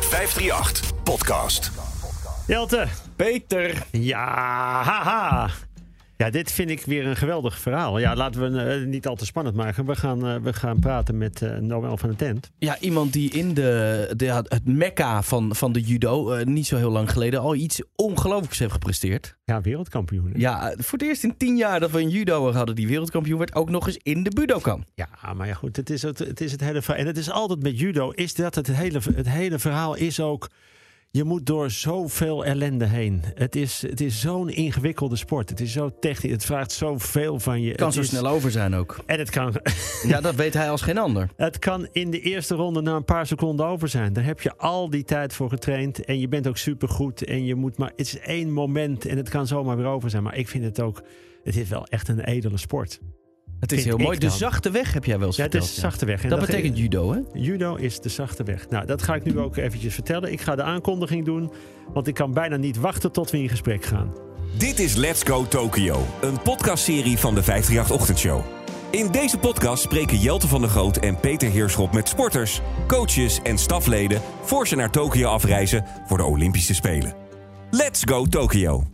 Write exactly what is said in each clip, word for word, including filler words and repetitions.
vijfdrieënachtig podcast. Jelte. Peter. Ja, haha. Ja, dit vind ik weer een geweldig verhaal. Ja, laten we het uh, niet al te spannend maken. We gaan, uh, we gaan praten met uh, Noël van den Tent. Ja, iemand die in de, de, het mekka van, van de judo uh, niet zo heel lang geleden al iets ongelooflijks heeft gepresteerd. Ja, wereldkampioen. Hè? Ja, voor het eerst in tien jaar dat we een judoer hadden die wereldkampioen werd, ook nog eens in de Budokan. Ja, maar ja goed, het is het, het, is het hele verhaal. En het is altijd met judo, is dat het hele, het hele verhaal is ook... Je moet door zoveel ellende heen. Het is, het is zo'n ingewikkelde sport. Het is zo technisch. Het vraagt zoveel van je. Het kan het zo is... snel over zijn ook. En het kan... Ja, dat weet hij als geen ander. Het kan in de eerste ronde na een paar seconden over zijn. Daar heb je al die tijd voor getraind. En je bent ook supergoed. En je moet maar... Het is één moment en het kan zomaar weer over zijn. Maar ik vind het ook... Het is wel echt een edele sport. Het is heel mooi. De zachte weg heb jij wel eens ja, verteld. Het is de zachte weg. En dat, dat betekent judo, hè? Judo is de zachte weg. Nou, dat ga ik nu ook eventjes vertellen. Ik ga de aankondiging doen, want ik kan bijna niet wachten tot we in gesprek gaan. Dit is Let's Go Tokyo, een podcastserie van de vijfdrieënachtig Ochtendshow. In deze podcast spreken Jelte van der Groot en Peter Heerschop met sporters, coaches en stafleden voor ze naar Tokio afreizen voor de Olympische Spelen. Let's Go Tokyo.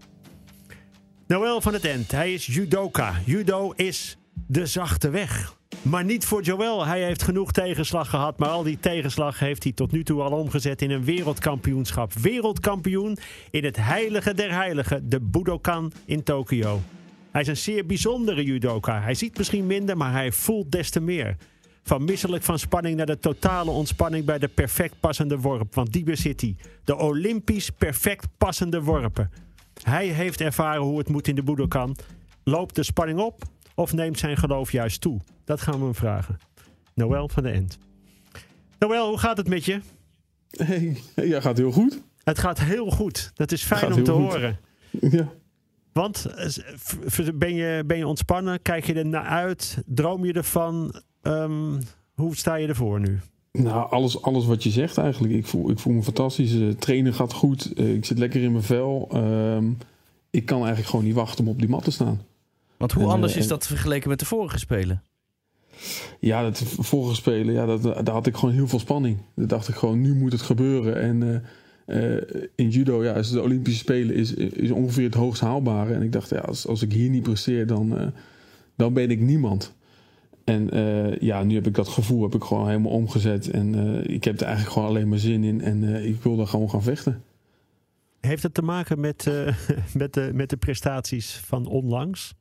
Noël van den Tent, hij is judoka. Judo is de zachte weg. Maar niet voor Joël. Hij heeft genoeg tegenslag gehad. Maar al die tegenslag heeft hij tot nu toe al omgezet in een wereldkampioenschap. Wereldkampioen in het heilige der heiligen, de Budokan in Tokio. Hij is een zeer bijzondere judoka. Hij ziet misschien minder, maar hij voelt des te meer. Van misselijk van spanning naar de totale ontspanning bij de perfect passende worp. Want die bezit hij. De Olympisch perfect passende worpen. Hij heeft ervaren hoe het moet in de Budokan. Loopt de spanning op of neemt zijn geloof juist toe? Dat gaan we hem vragen. Noël van den Ent. Noël, hoe gaat het met je? Hey, ja, gaat heel goed. Het gaat heel goed. Dat is fijn gaat om te goed. horen. Ja. Want ben je, ben je ontspannen? Kijk je er naar uit? Droom je ervan? Um, hoe sta je ervoor nu? Nou, alles, alles wat je zegt eigenlijk. Ik voel, ik voel me fantastisch. Uh, trainen gaat goed. Uh, ik zit lekker in mijn vel. Uh, ik kan eigenlijk gewoon niet wachten om op die mat te staan. Want hoe en, anders uh, is dat vergeleken met de vorige Spelen? Ja, dat vorige Spelen, ja, dat, daar had ik gewoon heel veel spanning. Daar dacht ik gewoon, nu moet het gebeuren. En uh, uh, in judo, ja, is de Olympische Spelen is, is ongeveer het hoogst haalbare. En ik dacht, ja, als, als ik hier niet presteer, dan, uh, dan ben ik niemand. En uh, ja, nu heb ik dat gevoel heb ik gewoon helemaal omgezet. En uh, ik heb er eigenlijk gewoon alleen maar zin in. En uh, ik wil daar gewoon gaan vechten. Heeft het te maken met, uh, met, de, met de prestaties van onlangs?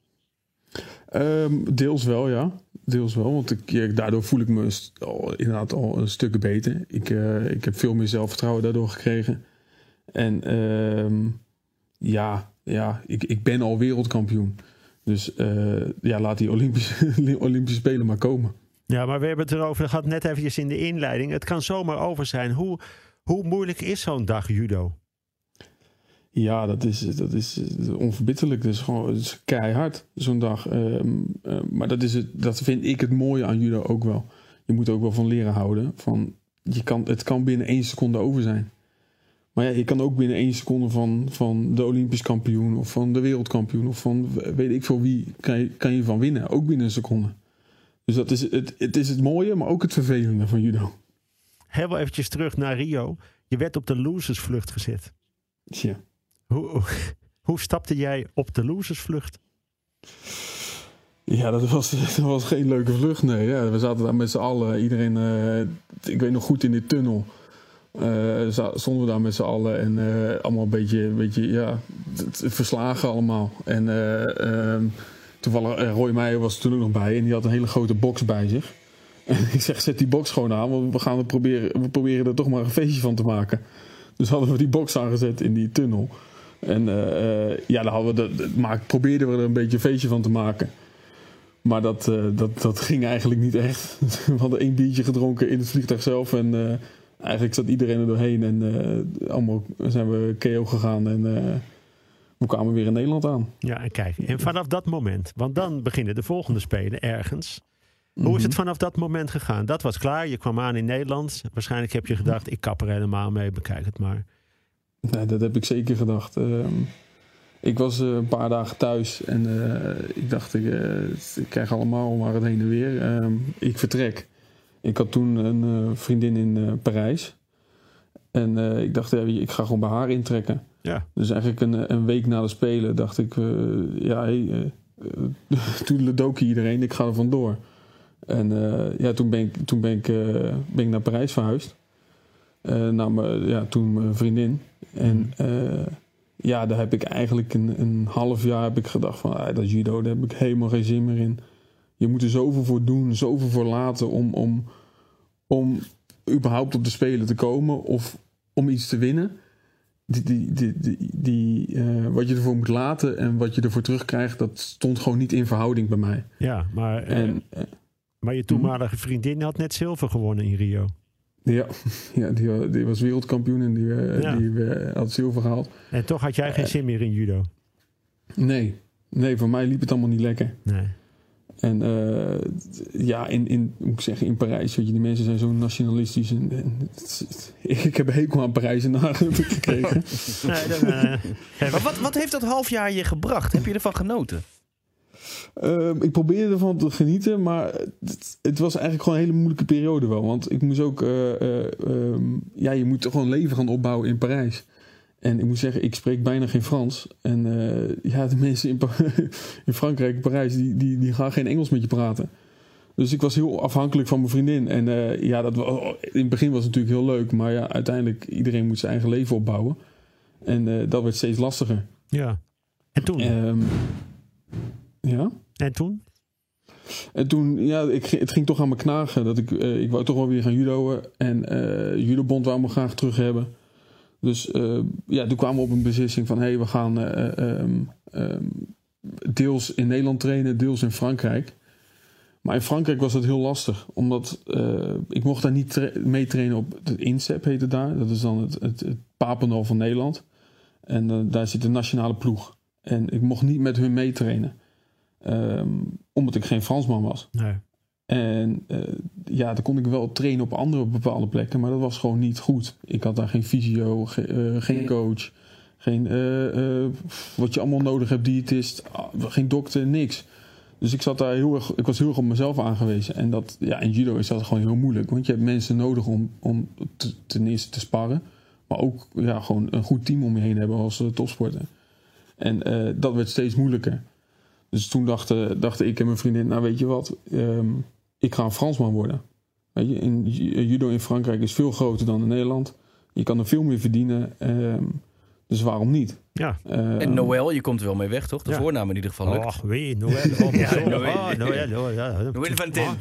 Um, deels wel, ja. Deels wel. Want ik, ja, daardoor voel ik me st- al, inderdaad al een stuk beter. Ik, uh, ik heb veel meer zelfvertrouwen daardoor gekregen. En uh, ja, ja ik, ik ben al wereldkampioen. Dus uh, ja, laat die Olympische, Olympische Spelen maar komen. Ja, maar we hebben het erover gehad net eventjes in de inleiding. Het kan zomaar over zijn. Hoe, hoe moeilijk is zo'n dag judo? Ja, dat is, dat is onverbiddelijk. Dat is gewoon dat is keihard, zo'n dag. Um, uh, maar dat, is het, dat vind ik het mooie aan judo ook wel. Je moet er ook wel van leren houden. Van, je kan, het kan binnen één seconde over zijn. Maar ja, je kan ook binnen één seconde van, van de Olympisch kampioen... of van de wereldkampioen of van weet ik veel wie... kan je, kan je van winnen, ook binnen een seconde. Dus dat is het, het is het mooie, maar ook het vervelende van judo. Heel eventjes terug naar Rio. Je werd op de losersvlucht gezet. Tja. Hoe, hoe, hoe stapte jij op de losersvlucht? Ja, dat was, dat was geen leuke vlucht, nee. Ja, we zaten daar met z'n allen. Iedereen, uh, ik weet nog goed, in die tunnel. Uh, stonden we daar met z'n allen. En uh, allemaal een beetje, een beetje ja, verslagen allemaal. En uh, uh, toevallig, uh, Roy Meijer was er toen ook nog bij. En die had een hele grote box bij zich. En ik zeg, zet die box gewoon aan. Want we gaan er proberen, we proberen er toch maar een feestje van te maken. Dus hadden we die box aangezet in die tunnel. En uh, ja, dan hadden we de, maar probeerden we er een beetje een feestje van te maken. Maar dat, uh, dat, dat ging eigenlijk niet echt. We hadden één biertje gedronken in het vliegtuig zelf. En uh, eigenlijk zat iedereen er doorheen. En uh, allemaal zijn we K O gegaan. En uh, we kwamen weer in Nederland aan. Ja, en kijk. En vanaf dat moment, want dan beginnen de volgende Spelen ergens. Hoe Mm-hmm. is het vanaf dat moment gegaan? Dat was klaar, je kwam aan in Nederland. Waarschijnlijk heb je gedacht, ik kap er helemaal mee, bekijk het maar. Nee, dat heb ik zeker gedacht. Uh, ik was uh, een paar dagen thuis en uh, ik dacht, ik, uh, ik krijg allemaal maar het heen en weer. Uh, ik vertrek. Ik had toen een uh, vriendin in uh, Parijs. En uh, ik dacht, uh, ik ga gewoon bij haar intrekken. Ja. Dus eigenlijk een, een week na de Spelen dacht ik... Uh, ja, hey, uh, uh, toedeledokie iedereen, ik ga er vandoor. En uh, ja, toen ben ik, toen ben ik, uh, ben ik naar Parijs verhuisd. Uh, naar mijn, ja, toen mijn vriendin. En uh, ja, daar heb ik eigenlijk een, een half jaar heb ik gedacht van... Ah, dat judo, daar heb ik helemaal geen zin meer in. Je moet er zoveel voor doen, zoveel voor laten om... om, om überhaupt op de Spelen te komen of om iets te winnen. Die, die, die, die, die, uh, wat je ervoor moet laten en wat je ervoor terugkrijgt... dat stond gewoon niet in verhouding bij mij. Ja, maar, en, uh, maar je toenmalige vriendin had net zilver gewonnen in Rio. Ja, ja die, die was wereldkampioen en die, uh, ja. die uh, had zilver gehaald. En toch had jij geen uh, zin meer in judo? Nee, nee, voor mij liep het allemaal niet lekker. Nee. En uh, ja, in, in, moet ik zeggen, in Parijs, weet je, die mensen zijn zo nationalistisch. En, en het, het, ik, ik heb een hekel aan Parijs en Hagen gekregen. nee, dan, uh, maar wat, wat heeft dat half jaar je gebracht? Heb je ervan genoten? Uh, ik probeerde ervan te genieten, maar het, het was eigenlijk gewoon een hele moeilijke periode wel. Want ik moest ook, uh, uh, um, ja, je moet gewoon leven gaan opbouwen in Parijs. En ik moet zeggen, ik spreek bijna geen Frans. En uh, ja, de mensen in, in Frankrijk, in Parijs, die, die, die gaan geen Engels met je praten. Dus ik was heel afhankelijk van mijn vriendin. En uh, ja, dat was, in het begin was het natuurlijk heel leuk. Maar ja, uiteindelijk, iedereen moet zijn eigen leven opbouwen. En uh, dat werd steeds lastiger. Ja. En toen? Um, ja. En toen? En toen, ja, ik, het ging toch aan me knagen. Dat ik, uh, ik wou toch wel weer gaan judoën. En uh, judobond wou me graag terug hebben. Dus uh, ja, toen kwamen we op een beslissing van... hé, hey, we gaan uh, um, um, deels in Nederland trainen, deels in Frankrijk. Maar in Frankrijk was dat heel lastig. Omdat uh, ik mocht daar niet tra- mee trainen op het INSEP, heet het daar. Dat is dan het, het, het Papendal van Nederland. En uh, daar zit de nationale ploeg. En ik mocht niet met hun meetrainen. Um, omdat ik geen Fransman was. Nee. En uh, ja, dan kon ik wel trainen op andere bepaalde plekken, maar dat was gewoon niet goed. Ik had daar geen fysio, ge, uh, geen coach, geen uh, uh, wat je allemaal nodig hebt, diëtist, geen dokter, niks. Dus ik zat daar heel erg, ik was heel erg op mezelf aangewezen. En dat, ja, in judo is dat gewoon heel moeilijk, want je hebt mensen nodig om, om te, ten eerste te sparren, maar ook ja, gewoon een goed team om je heen hebben als uh, topsporter. En uh, dat werd steeds moeilijker. Dus toen dachten, dachten ik en mijn vriendin, nou weet je wat, um, ik ga een Fransman worden. Weet je, in, judo in Frankrijk is veel groter dan in Nederland. Je kan er veel meer verdienen, um, dus waarom niet? Ja. Uh, en Noël, je komt er wel mee weg, toch? De ja. voornaam in ieder geval lukt. Oh, oui, Noël. Oh, ja, Noël. Oh, Noël, Noël, ja. Noël van Tent.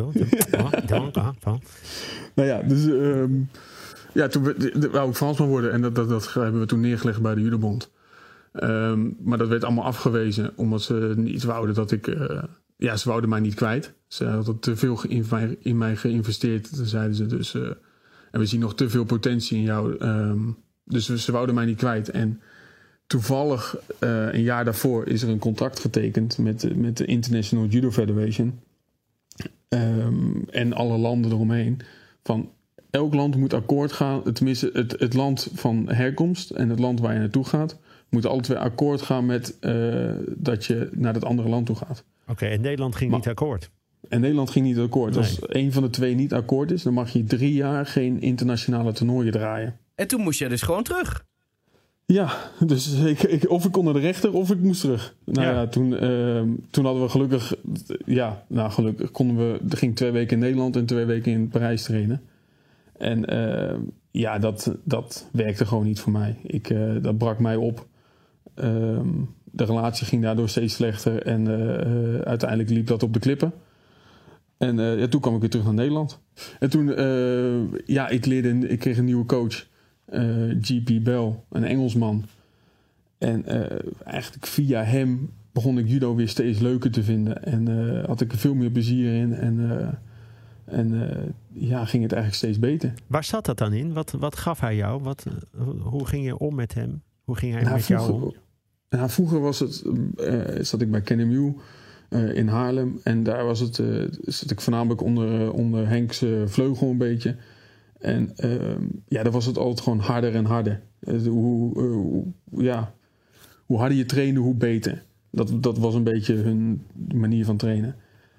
Nou ja, dus um, ja, toen wou ik Fransman worden en dat, dat, dat hebben we toen neergelegd bij de judobond. Um, maar dat werd allemaal afgewezen, omdat ze niet wouden dat ik... Uh, ja, ze wouden mij niet kwijt. Ze hadden te veel in mij, in mij geïnvesteerd, zeiden ze. Dus, uh, en we zien nog te veel potentie in jou. Um, dus ze, ze wouden mij niet kwijt. En toevallig, uh, een jaar daarvoor, is er een contract getekend met, met de International Judo Federation. Um, en alle landen eromheen. Van elk land moet akkoord gaan. Tenminste, het, het land van herkomst en het land waar je naartoe gaat... moeten alle twee akkoord gaan met uh, dat je naar dat andere land toe gaat. Oké, okay, en Nederland ging maar, niet akkoord? En Nederland ging niet akkoord. Nee. Als een van de twee niet akkoord is... dan mag je drie jaar geen internationale toernooien draaien. En toen moest je dus gewoon terug? Ja, dus ik, ik, of ik kon naar de rechter of ik moest terug. Nou ja, ja toen, uh, toen hadden we gelukkig... Ja, nou gelukkig konden we... Er ging twee weken in Nederland en twee weken in Parijs trainen. En uh, ja, dat, dat werkte gewoon niet voor mij. Ik, uh, dat brak mij op. Um, de relatie ging daardoor steeds slechter en uh, uh, uiteindelijk liep dat op de klippen. En uh, ja, toen kwam ik weer terug naar Nederland. En toen, uh, ja, ik leerde, ik kreeg een nieuwe coach, uh, G P Bell, een Engelsman. En uh, eigenlijk via hem begon ik judo weer steeds leuker te vinden. En uh, had ik er veel meer plezier in en, uh, en uh, ja, ging het eigenlijk steeds beter. Waar zat dat dan in? Wat, wat gaf hij jou? Wat, hoe ging je om met hem? Hoe ging hij nou, met vroeger, jou om? Nou, vroeger was het, uh, zat ik bij Kennemew uh, in Haarlem. En daar was het, uh, zat ik voornamelijk onder, uh, onder Henks uh, vleugel een beetje. En uh, ja, daar was het altijd gewoon harder en harder. Uh, hoe, uh, hoe, ja, hoe harder je trainde, hoe beter. Dat, dat was een beetje hun manier van trainen.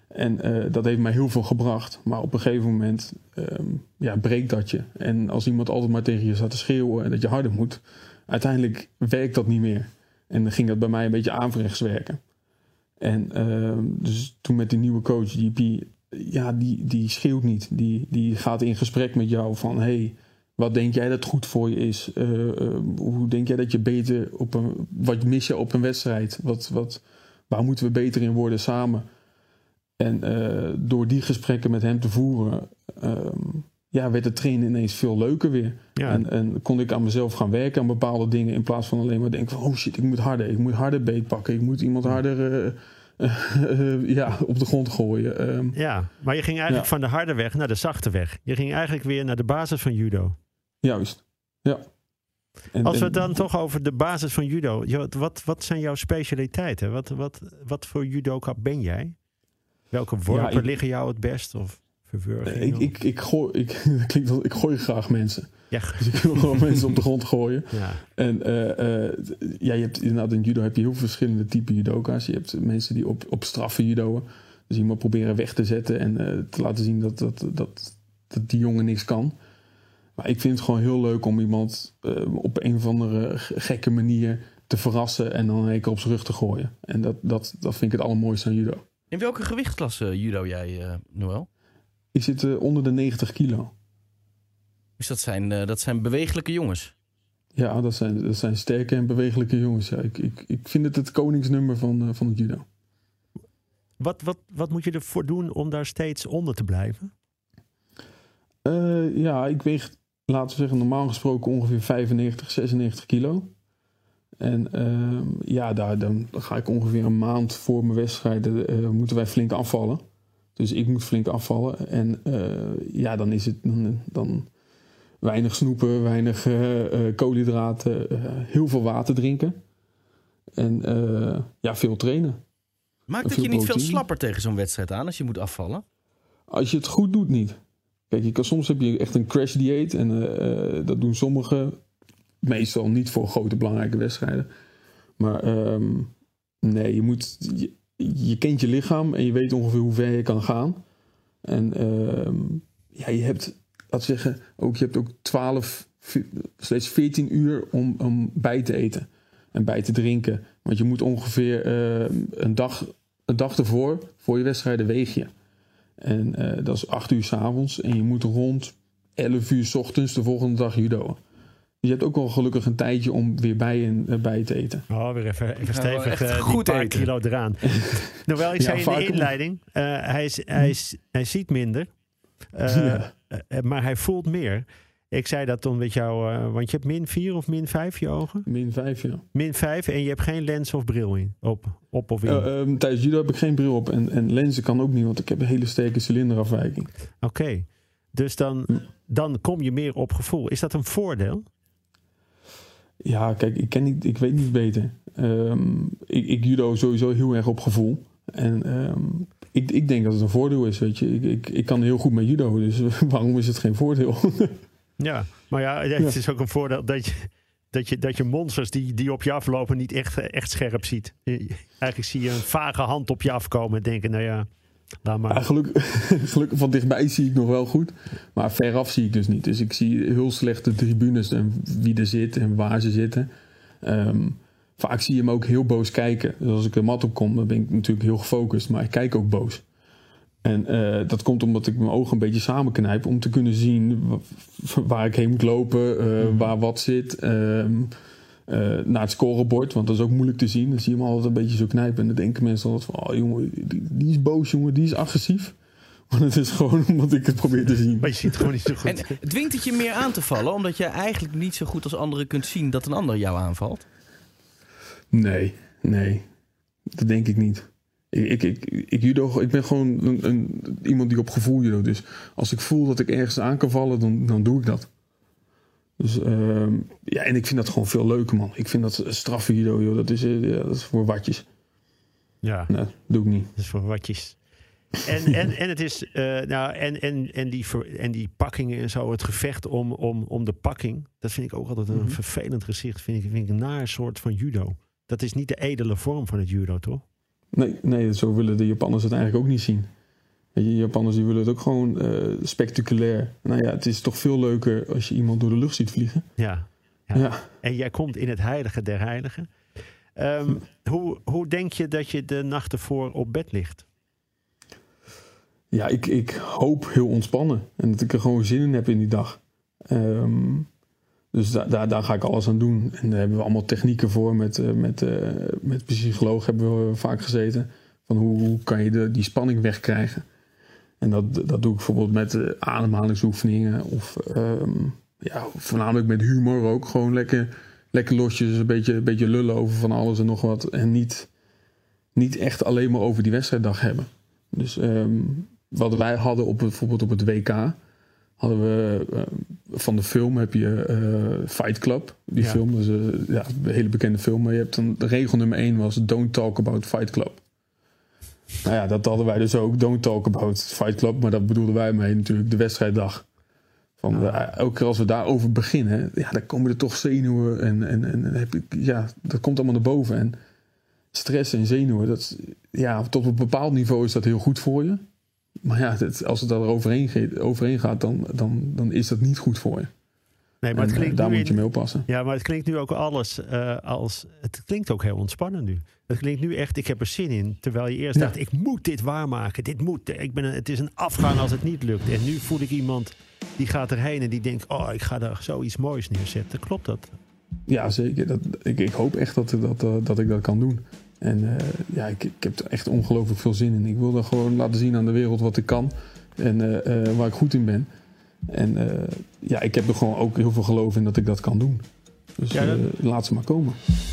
En uh, dat heeft mij heel veel gebracht. Maar op een gegeven moment um, ja, breekt dat je. En als iemand altijd maar tegen je staat te schreeuwen en dat je harder moet, uiteindelijk werkt dat niet meer. En dan ging dat bij mij een beetje averechts werken. En uh, dus toen met die nieuwe coach, die P, ja, die, die schreeuwt niet. Die, die gaat in gesprek met jou van, hey, wat denk jij dat goed voor je is? Uh, uh, hoe denk jij dat je beter op een, wat mis je op een wedstrijd? Wat, wat, waar moeten we beter in worden samen? En uh, door die gesprekken met hem te voeren, um, ja, werd het trainen ineens veel leuker weer. Ja. En, en kon ik aan mezelf gaan werken aan bepaalde dingen, in plaats van alleen maar denken van, oh shit, ik moet harder, ik moet harder beetpakken, ik moet iemand harder uh, uh, uh, ja, op de grond gooien. Um, ja, maar je ging eigenlijk ja. van de harde weg naar de zachte weg. Je ging eigenlijk weer naar de basis van judo. Juist, ja. En, Als we het dan en, toch over de basis van judo, wat, wat zijn jouw specialiteiten? Wat, wat, wat voor judoka ben jij? Welke worpen ja, ik, liggen jou het best? Of verwurgingen? Ik, ik, ik, gooi, ik, klinkt als, ik gooi graag mensen. Ja. Dus ik wil gewoon mensen op de grond gooien. Ja. En uh, uh, ja, je hebt inderdaad in judo heb je heel veel verschillende typen judoka's. Je hebt mensen die op, op straffen judoën. Dus iemand proberen weg te zetten en uh, te laten zien dat, dat, dat, dat die jongen niks kan. Maar ik vind het gewoon heel leuk om iemand uh, op een of andere gekke manier te verrassen en dan een één keer op zijn rug te gooien. En dat, dat, dat vind ik het allermooiste aan judo. In welke gewichtsklasse judo jij, uh, Noël? Ik zit uh, onder de negentig kilo. Dus dat zijn, uh, dat zijn bewegelijke jongens? Ja, dat zijn, dat zijn sterke en bewegelijke jongens. Ja. Ik, ik, ik vind het het koningsnummer van, uh, van het judo. Wat, wat, wat moet je ervoor doen om daar steeds onder te blijven? Uh, ja, ik weeg, laten we zeggen, normaal gesproken ongeveer vijfennegentig, zesennegentig kilo. En uh, ja, daar, dan ga ik ongeveer een maand voor mijn wedstrijden uh, moeten wij flink afvallen. Dus ik moet flink afvallen. En uh, ja, dan is het dan, dan weinig snoepen, weinig uh, uh, koolhydraten, uh, heel veel water drinken. En uh, ja, veel trainen. Maakt het je niet proteïne. Veel slapper tegen zo'n wedstrijd aan als je moet afvallen? Als je het goed doet, niet. Kijk, je kan, soms heb je echt een crash dieet. En uh, dat doen sommigen. Meestal niet voor grote belangrijke wedstrijden. Maar um, nee, je moet... Je, je kent je lichaam en je weet ongeveer hoe ver je kan gaan. En um, ja, je hebt... Laat zeggen, ook, je hebt ook twaalf, slechts veertien uur om, om bij te eten. En bij te drinken. Want je moet ongeveer uh, een, dag, een dag ervoor, voor je wedstrijden, weeg je. En uh, dat is acht uur 's avonds. En je moet rond elf uur 's ochtends de volgende dag judoën. Dus je hebt ook wel gelukkig een tijdje om weer bij, en, uh, bij te eten. Oh, weer even, even stevig uh, goed die paar eten. Kilo eraan. Noël, ik ja, zei in de inleiding, uh, hij, is, hij, is, hij ziet minder. Uh, ja. uh, maar hij voelt meer. Ik zei dat dan met jou, uh, want je hebt min vier of min vijf je ogen? Min vijf, ja. Min vijf en je hebt geen lens of bril in, op, op of in? Uh, um, tijdens judo heb ik geen bril op en, en lenzen kan ook niet, want ik heb een hele sterke cilinderafwijking. Oké, okay. Dus dan, hm. dan kom je meer op gevoel. Is dat een voordeel? Ja, kijk, ik, ken niet, ik weet niet beter. Um, ik, ik judo sowieso heel erg op gevoel. En um, ik, ik denk dat het een voordeel is, weet je. Ik, ik, ik kan heel goed met judo, dus waarom is het geen voordeel? Ja, maar ja, het ja. is ook een voordeel dat je, dat je, dat je monsters die, die op je aflopen niet echt, echt scherp ziet. Eigenlijk zie je een vage hand op je afkomen en denken, nou ja, laat maar. Ja, gelukkig, gelukkig van dichtbij zie ik nog wel goed, maar veraf zie ik dus niet. Dus ik zie heel slecht de tribunes en wie er zit en waar ze zitten. Um, vaak zie je hem ook heel boos kijken. Dus als ik de mat op kom, dan ben ik natuurlijk heel gefocust, maar ik kijk ook boos. En uh, dat komt omdat ik mijn ogen een beetje samenknijp om te kunnen zien waar ik heen moet lopen, uh, mm. waar wat zit. Uh, uh, naar het scorebord, want dat is ook moeilijk te zien. Dan zie je hem altijd een beetje zo knijpen. En dan denken mensen altijd van, oh jongen, die, die is boos, jongen, die is agressief. Maar het is gewoon omdat ik het probeer te zien. Maar je ziet het gewoon niet zo goed. En dwingt het je meer aan te vallen, omdat je eigenlijk niet zo goed als anderen kunt zien dat een ander jou aanvalt? Nee, nee. Dat denk ik niet. Ik, ik, ik, ik, judo, ik ben gewoon een, een, iemand die op gevoel judo. Dus als ik voel dat ik ergens aan kan vallen, dan, dan doe ik dat. Dus uh, ja, en ik vind dat gewoon veel leuker, man. Ik vind dat straffen judo, joh, dat is, uh, ja, dat is voor watjes. Ja. Nee, doe ik niet. Dat is voor watjes. En, en, en het is, uh, nou, en, en, en, die ver, en die pakkingen en zo, het gevecht om, om, om de pakking, dat vind ik ook altijd een mm-hmm. vervelend gezicht. Vind ik, vind ik een naar soort van judo. Dat is niet de edele vorm van het judo, toch? Nee, nee, zo willen de Japanners het eigenlijk ook niet zien. Weet je, Japanners die willen het ook gewoon uh, spectaculair. Nou ja, het is toch veel leuker als je iemand door de lucht ziet vliegen. Ja. ja. ja. En jij komt in het heilige der heiligen. Um, hm. hoe, hoe denk je dat je de nacht ervoor op bed ligt? Ja, ik, ik hoop heel ontspannen. En dat ik er gewoon zin in heb in die dag. Um, dus da, da, daar ga ik alles aan doen. En daar hebben we allemaal technieken voor. Met, uh, met, uh, met psycholoog hebben we vaak gezeten. Van hoe, hoe kan je de, die spanning wegkrijgen. En dat, dat doe ik bijvoorbeeld met uh, ademhalingsoefeningen. Of um, ja, voornamelijk met humor ook. Gewoon lekker, lekker losjes. Een beetje, een beetje lullen over van alles en nog wat. En niet, niet echt alleen maar over die wedstrijddag hebben. Dus um, wat wij hadden op, bijvoorbeeld op het W K... hadden we uh, van de film heb je uh, Fight Club. Die ja. film is uh, ja, een hele bekende film. Maar je hebt dan de regel nummer één was Don't talk about Fight Club. Nou ja, dat hadden wij dus ook. Don't talk about Fight Club. Maar dat bedoelden wij mee natuurlijk de wedstrijddag. Van, nou. uh, elke keer als we daarover beginnen, ja, dan komen er toch zenuwen. En, en, en heb ik, ja, dat komt allemaal naar boven. En stress en zenuwen, dat, ja, tot een bepaald niveau is dat heel goed voor je. Maar ja, het, als het daar overheen, ge- overheen gaat, dan, dan, dan is dat niet goed voor je. Nee, maar het klinkt en, uh, daar nu moet je mee oppassen. Ja, maar het klinkt nu ook alles uh, als... Het klinkt ook heel ontspannen nu. Het klinkt nu echt, ik heb er zin in. Terwijl je eerst ja. dacht, ik moet dit waarmaken. Dit moet, ik ben een, het is een afgaan als het niet lukt. En nu voel ik iemand die gaat erheen en die denkt... oh, ik ga daar zoiets moois neerzetten. Klopt dat? Ja, zeker. Dat, ik, ik hoop echt dat, dat, uh, dat ik dat kan doen. En uh, ja, ik, ik heb er echt ongelooflijk veel zin in. Ik wil er gewoon laten zien aan de wereld wat ik kan. En uh, uh, waar ik goed in ben. En uh, ja, ik heb er gewoon ook heel veel geloof in dat ik dat kan doen. Dus ja, dat... uh, laat ze maar komen.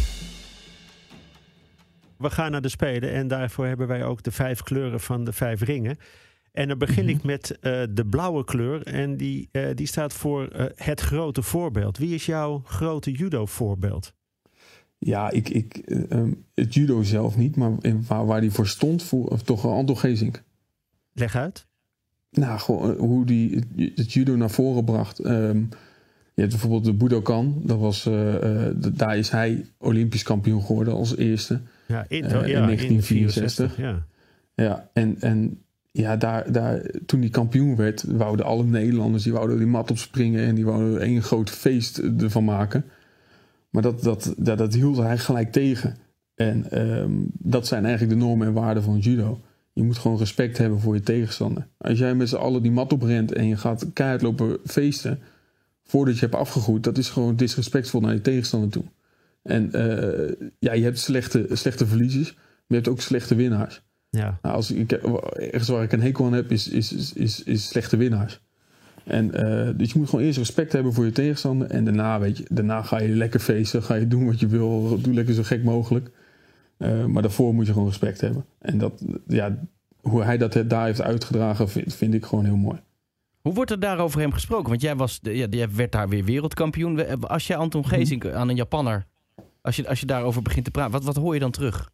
We gaan naar de Spelen en daarvoor hebben wij ook de vijf kleuren van de vijf ringen. En dan begin mm-hmm. ik met uh, de blauwe kleur. En die, uh, die staat voor uh, het grote voorbeeld. Wie is jouw grote judo voorbeeld? Ja, ik, ik, uh, het judo zelf niet, maar waar, waar die voor stond, voor, toch Anton Geesink. Leg uit. Nou, gewoon hoe die het judo naar voren bracht. Um, je hebt bijvoorbeeld de Budokan. Dat was, uh, uh, de, daar is hij Olympisch kampioen geworden als eerste. Ja, in, uh, ja, in negentien vierenzestig. Ja, ja en, en ja, daar, daar, toen hij kampioen werd, wouden alle Nederlanders die wouden die mat opspringen en die wouden één groot feest ervan maken. Maar dat, dat, dat, dat hield hij gelijk tegen. En um, dat zijn eigenlijk de normen en waarden van judo. Je moet gewoon respect hebben voor je tegenstander. Als jij met z'n allen die mat oprent en je gaat keihard lopen feesten voordat je hebt afgegroeid, dat is gewoon disrespectvol naar je tegenstander toe. En uh, ja, je hebt slechte, slechte verliezers, maar je hebt ook slechte winnaars. Ja. Nou, als ik, ergens waar ik een hekel aan heb, is, is, is, is, is slechte winnaars. En, uh, dus je moet gewoon eerst respect hebben voor je tegenstander. En daarna, weet je, daarna ga je lekker feesten. Ga je doen wat je wil. Doe lekker zo gek mogelijk. Uh, maar daarvoor moet je gewoon respect hebben. En dat, ja, hoe hij dat daar heeft uitgedragen, vind, vind ik gewoon heel mooi. Hoe wordt er daar over hem gesproken? Want jij, was, ja, jij werd daar weer wereldkampioen. Als jij Anton Geesink mm-hmm. aan een Japanner, als je, als je daarover begint te praten, wat, wat hoor je dan terug?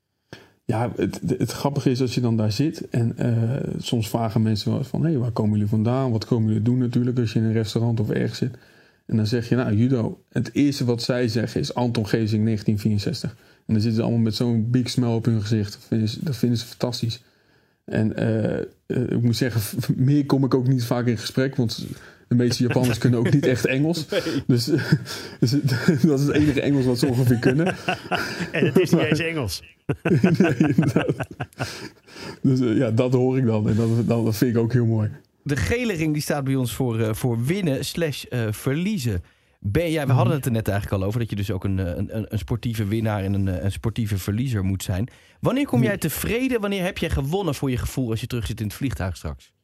Ja, het, het, het grappige is als je dan daar zit en uh, soms vragen mensen wel van, hé, hey, waar komen jullie vandaan? Wat komen jullie doen natuurlijk als je in een restaurant of ergens zit? En dan zeg je, nou, judo. Het eerste wat zij zeggen is Anton Geesink negentien vierenzestig. En dan zitten ze allemaal met zo'n big smile op hun gezicht. Dat vinden ze, dat vinden ze fantastisch. En uh, uh, ik moet zeggen, meer kom ik ook niet vaak in gesprek, want de meeste Japanners kunnen ook niet echt Engels. Nee. Dus, dus dat is het enige Engels wat ze ongeveer kunnen. En het is niet eens Engels. Nee, inderdaad. Dus uh, ja, dat hoor ik dan. En dat, dat vind ik ook heel mooi. De gele ring die staat bij ons voor, uh, voor winnen slash uh, verliezen. Ben jij, we hadden het er net eigenlijk al over, dat je dus ook een, een, een sportieve winnaar en een, een sportieve verliezer moet zijn. Wanneer kom jij tevreden? Wanneer heb jij gewonnen voor je gevoel als je terug zit in het vliegtuig straks?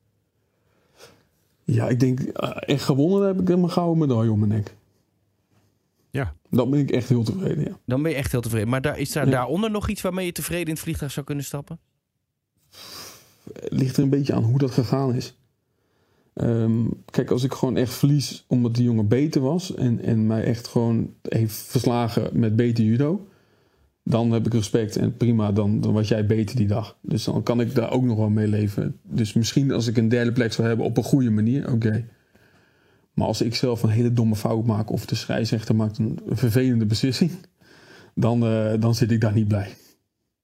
Ja, ik denk, uh, echt gewonnen heb ik een gouden medaille om mijn nek. Ja. Dan ben ik echt heel tevreden, ja. Dan ben je echt heel tevreden. Maar daar, is daar ja. daaronder nog iets waarmee je tevreden in het vliegtuig zou kunnen stappen? Het ligt er een beetje aan hoe dat gegaan is. Um, kijk, als ik gewoon echt verlies omdat die jongen beter was en, en mij echt gewoon heeft verslagen met beter judo, dan heb ik respect en prima, dan, dan was jij beter die dag. Dus dan kan ik daar ook nog wel mee leven. Dus misschien als ik een derde plek zou hebben op een goede manier, oké. Okay. Maar als ik zelf een hele domme fout maak of de scheidsrechter maakt een vervelende beslissing, dan, uh, dan zit ik daar niet blij.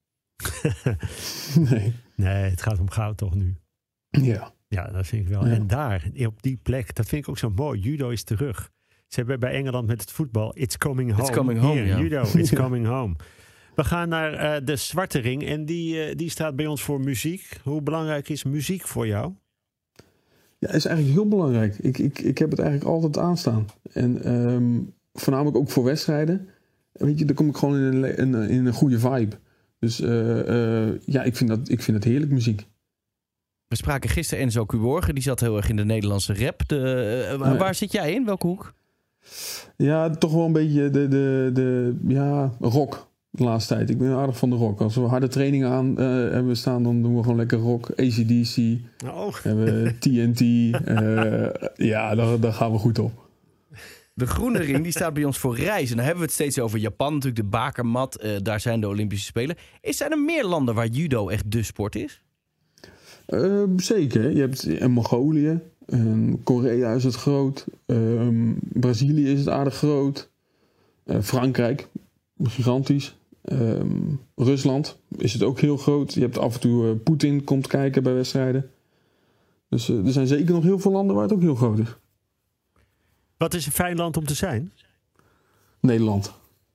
nee. Nee, het gaat om goud toch nu? Ja. Ja, dat vind ik wel. Ja. En daar, op die plek, dat vind ik ook zo mooi. Judo is terug. Ze hebben bij Engeland met het voetbal, it's coming home. It's coming home, Hier, ja. Judo, it's coming home. We gaan naar uh, de Zwarte Ring en die, uh, die staat bij ons voor muziek. Hoe belangrijk is muziek voor jou? Ja, is eigenlijk heel belangrijk. Ik, ik, ik heb het eigenlijk altijd aanstaan. En um, voornamelijk ook voor wedstrijden. Weet je, dan kom ik gewoon in een, in, in een goede vibe. Dus uh, uh, ja, ik vind, dat, ik vind het heerlijk muziek. We spraken gisteren Enzo Cuborgen. Die zat heel erg in de Nederlandse rap. De, uh, waar ja. zit jij in? Welke hoek? Ja, toch wel een beetje de, de, de ja, rock de laatste tijd. Ik ben aardig van de rock. Als we harde trainingen aan uh, hebben staan, dan doen we gewoon lekker rock. A C D C, Oh. hebben T N T. Uh, ja, daar, daar gaan we goed op. De groene ring die staat bij ons voor reizen. Dan hebben we het steeds over Japan, natuurlijk de bakermat. Uh, daar zijn de Olympische Spelen. Is zijn er meer landen waar judo echt de sport is? Uh, zeker. Je hebt in Mongolië, um, Korea is het groot, um, Brazilië is het aardig groot, uh, Frankrijk, gigantisch, um, Rusland is het ook heel groot. Je hebt af en toe uh, Poetin komt kijken bij wedstrijden. Dus uh, er zijn zeker nog heel veel landen waar het ook heel groot is. Wat is een fijn land om te zijn? Nederland.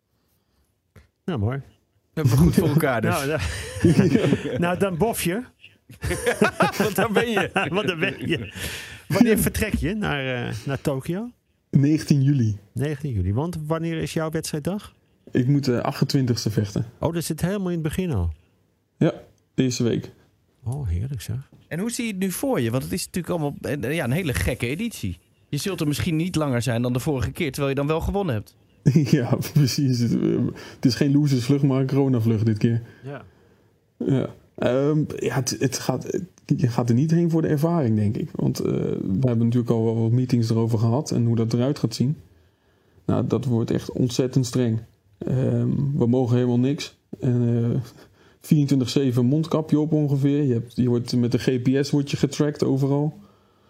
Nou, mooi. Dat hebben we goed voor elkaar dus. Nou, da- nou, dan bof je. Want daar ben je. Want dan ben je. Wanneer vertrek je naar, uh, naar Tokio? negentien juli. negentien juli. Want wanneer is jouw wedstrijddag? Ik moet de achtentwintigste vechten. Oh, dat zit helemaal in het begin al. Ja, de eerste week. Oh, heerlijk zeg. En hoe zie je het nu voor je? Want het is natuurlijk allemaal uh, ja, een hele gekke editie. Je zult er misschien niet langer zijn dan de vorige keer, terwijl je dan wel gewonnen hebt. Ja, precies. Het, uh, het is geen losersvlucht, maar een coronavlucht dit keer. Ja. Ja. Um, ja, het, het gaat, het, je gaat er niet heen voor de ervaring, denk ik. Want uh, we hebben natuurlijk al wel wat meetings erover gehad en hoe dat eruit gaat zien. Nou, dat wordt echt ontzettend streng. Um, we mogen helemaal niks. En uh, vierentwintig zeven mondkapje op ongeveer. Je, hebt, je wordt, met de G P S word je getracked overal.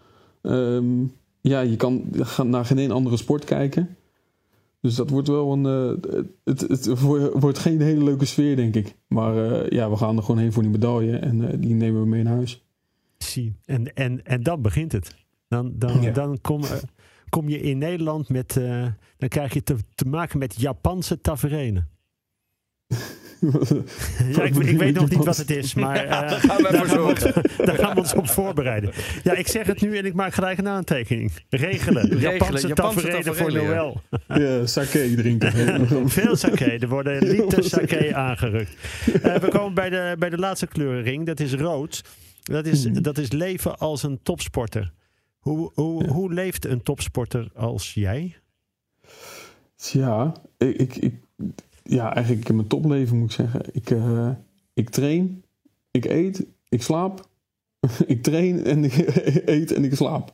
Um, ja, je kan naar geen een andere sport kijken. Dus dat wordt wel een... Uh, het, het, het wordt geen hele leuke sfeer, denk ik. Maar uh, ja, we gaan er gewoon heen voor die medaille. En uh, die nemen we mee naar huis. Zie. En, en, en dan begint het. Dan, dan, Ja. dan kom, uh, kom je in Nederland met... Uh, dan krijg je te, te maken met Japanse taferelen. Ja, ik, ik weet nog niet wat het is, maar uh, daar gaan we daar, voor gaan we zorgen. ons, daar gaan we ons op voorbereiden. Ja, ik zeg het nu en ik maak gelijk een aantekekening. Regelen. Regelen. Japanse, Japanse taferelen voor taferelen, ja. Noël. Ja, sake drinken. Veel sake. Er worden liter sake aangerukt. Uh, we komen bij de, bij de laatste kleurenring. Dat is rood. Dat is, dat is leven als een topsporter. Hoe, hoe, Ja. hoe leeft een topsporter als jij? Ja, ik, ik, ik, ja, eigenlijk in mijn topleven moet ik zeggen. Ik, uh, ik train, ik eet, ik slaap. Ik train en ik eet en ik slaap.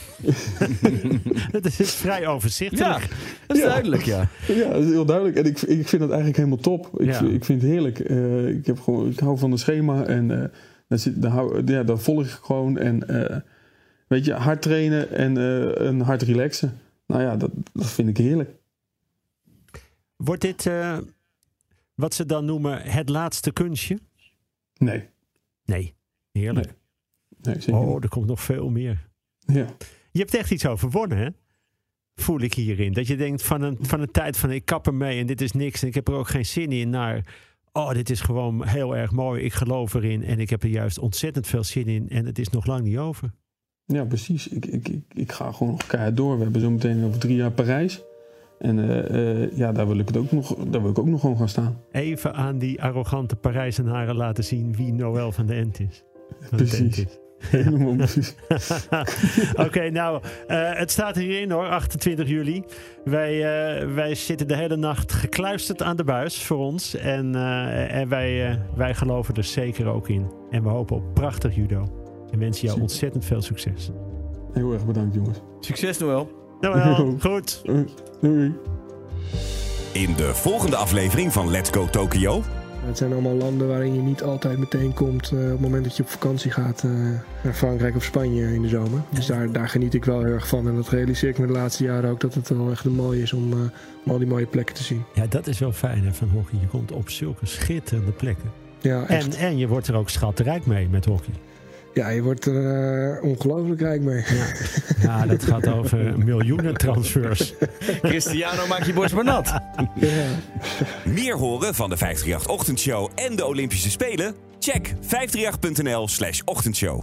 Het is vrij overzichtelijk. Ja, dat is Ja. duidelijk, ja. Ja, dat is heel duidelijk. En ik, ik vind dat eigenlijk helemaal top. Ik, Ja. vind, ik vind het heerlijk. Uh, ik, heb gewoon, ik hou van een schema en uh, daar, zit, daar, hou, ja, daar volg ik gewoon. En uh, weet je, hard trainen en, uh, en hard relaxen. Nou ja, dat, dat vind ik heerlijk. Wordt dit uh, wat ze dan noemen het laatste kunstje? Nee, Nee. Heerlijk. Nee. nee zeker Oh, niet. er komt nog veel meer. Ja. Je hebt echt iets overwonnen, hè? Voel ik hierin. Dat je denkt van een, van een tijd van ik kap ermee en dit is niks en ik heb er ook geen zin in, naar oh, dit is gewoon heel erg mooi. Ik geloof erin en ik heb er juist ontzettend veel zin in en het is nog lang niet over. Ja, precies. Ik, ik, ik, ik ga gewoon nog keihard door. We hebben zo meteen over drie jaar Parijs. En uh, uh, ja, daar wil ik het ook nog, daar wil ik ook nog gewoon gaan staan. Even aan die arrogante Parijzenaren laten zien wie Noël van de End is. Van Precies. de Tent is. Helemaal precies. Oké, okay, nou, uh, het staat hierin hoor, achtentwintig juli. Wij, uh, wij zitten de hele nacht gekluisterd aan de buis voor ons. En, uh, en wij, uh, wij geloven er zeker ook in. En we hopen op prachtig judo. En wensen jou Super. ontzettend veel succes. Heel erg bedankt, jongens. Succes, Noël. Noël, goed. Uh, doei. In de volgende aflevering van Let's Go Tokyo. Het zijn allemaal landen waarin je niet altijd meteen komt uh, op het moment dat je op vakantie gaat uh, naar Frankrijk of Spanje in de zomer. Dus daar, daar geniet ik wel heel erg van. En dat realiseer ik me de laatste jaren ook, dat het wel echt mooi is om, uh, om al die mooie plekken te zien. Ja, dat is wel fijn hè, van hockey. Je komt op zulke schitterende plekken. Ja, En, en je wordt er ook schatrijk mee met hockey. Ja, je wordt er uh, ongelooflijk rijk mee. Ja. ja, dat gaat over miljoenen transfers. Cristiano, maak je borst maar nat. Ja. Meer horen van de vijfhonderdachttien Ochtendshow en de Olympische Spelen? Check vijfhonderdachttien.nl slash ochtendshow.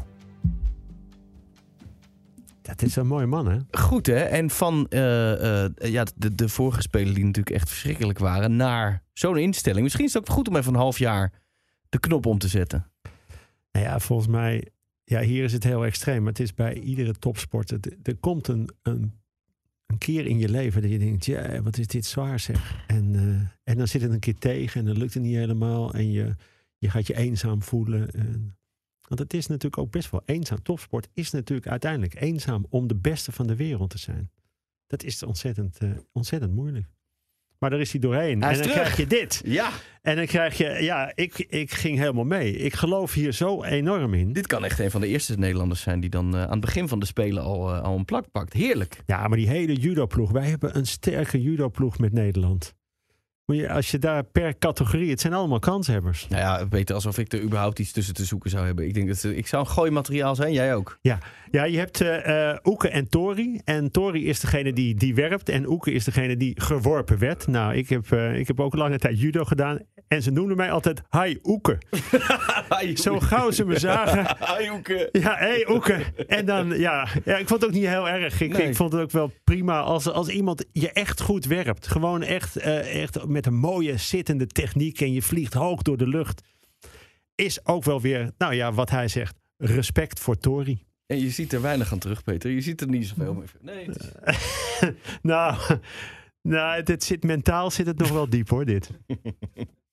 Dat is een mooie man, hè? Goed, hè? En van uh, uh, ja, de, de vorige spelen die natuurlijk echt verschrikkelijk waren, naar zo'n instelling. Misschien is het ook goed om even een half jaar de knop om te zetten. Nou ja, volgens mij... Ja, hier is het heel extreem. Maar het is bij iedere topsport. Er, er komt een, een, een keer in je leven dat je denkt... Ja, wat is dit zwaar zeg. En, uh, en dan zit het een keer tegen en dan lukt het niet helemaal. En je, je gaat je eenzaam voelen. En, want het is natuurlijk ook best wel eenzaam. Topsport is natuurlijk uiteindelijk eenzaam om de beste van de wereld te zijn. Dat is ontzettend, uh, ontzettend moeilijk. Maar daar is hij doorheen. Hij en dan terug. krijg je dit. Ja. En dan krijg je... Ja, ik, ik ging helemaal mee. Ik geloof hier zo enorm in. Dit kan echt een van de eerste Nederlanders zijn die dan uh, aan het begin van de Spelen al, uh, al een plak pakt. Heerlijk. Ja, maar die hele judoploeg. Wij hebben een sterke judoploeg met Nederland. Moet je, als je daar per categorie... Het zijn allemaal kanshebbers. Nou ja, beter alsof ik er überhaupt iets tussen te zoeken zou hebben. Ik denk dat uh, ik zou een gooimateriaal zijn. Jij ook. Ja, ja je hebt uh, uh, Oeke en Tori. En Tori is degene die, die werpt. En Oeke is degene die geworpen werd. Nou, ik heb, uh, ik heb ook lange tijd judo gedaan. En ze noemden mij altijd Hai Oeke. Zo gauw ze me zagen. Hai Oeke. Ja, hé hey, Oeke. En dan, ja, ja, ik vond het ook niet heel erg. Ik, Nee. ik vond het ook wel prima als, als iemand je echt goed werpt. Gewoon echt, uh, echt met een mooie zittende techniek. En je vliegt hoog door de lucht. Is ook wel weer, nou ja, wat hij zegt. Respect voor Tori. En je ziet er weinig aan terug, Peter. Je ziet er niet zoveel meer. Nee, het is... nou, nou het, het zit, mentaal zit het nog wel diep hoor, dit.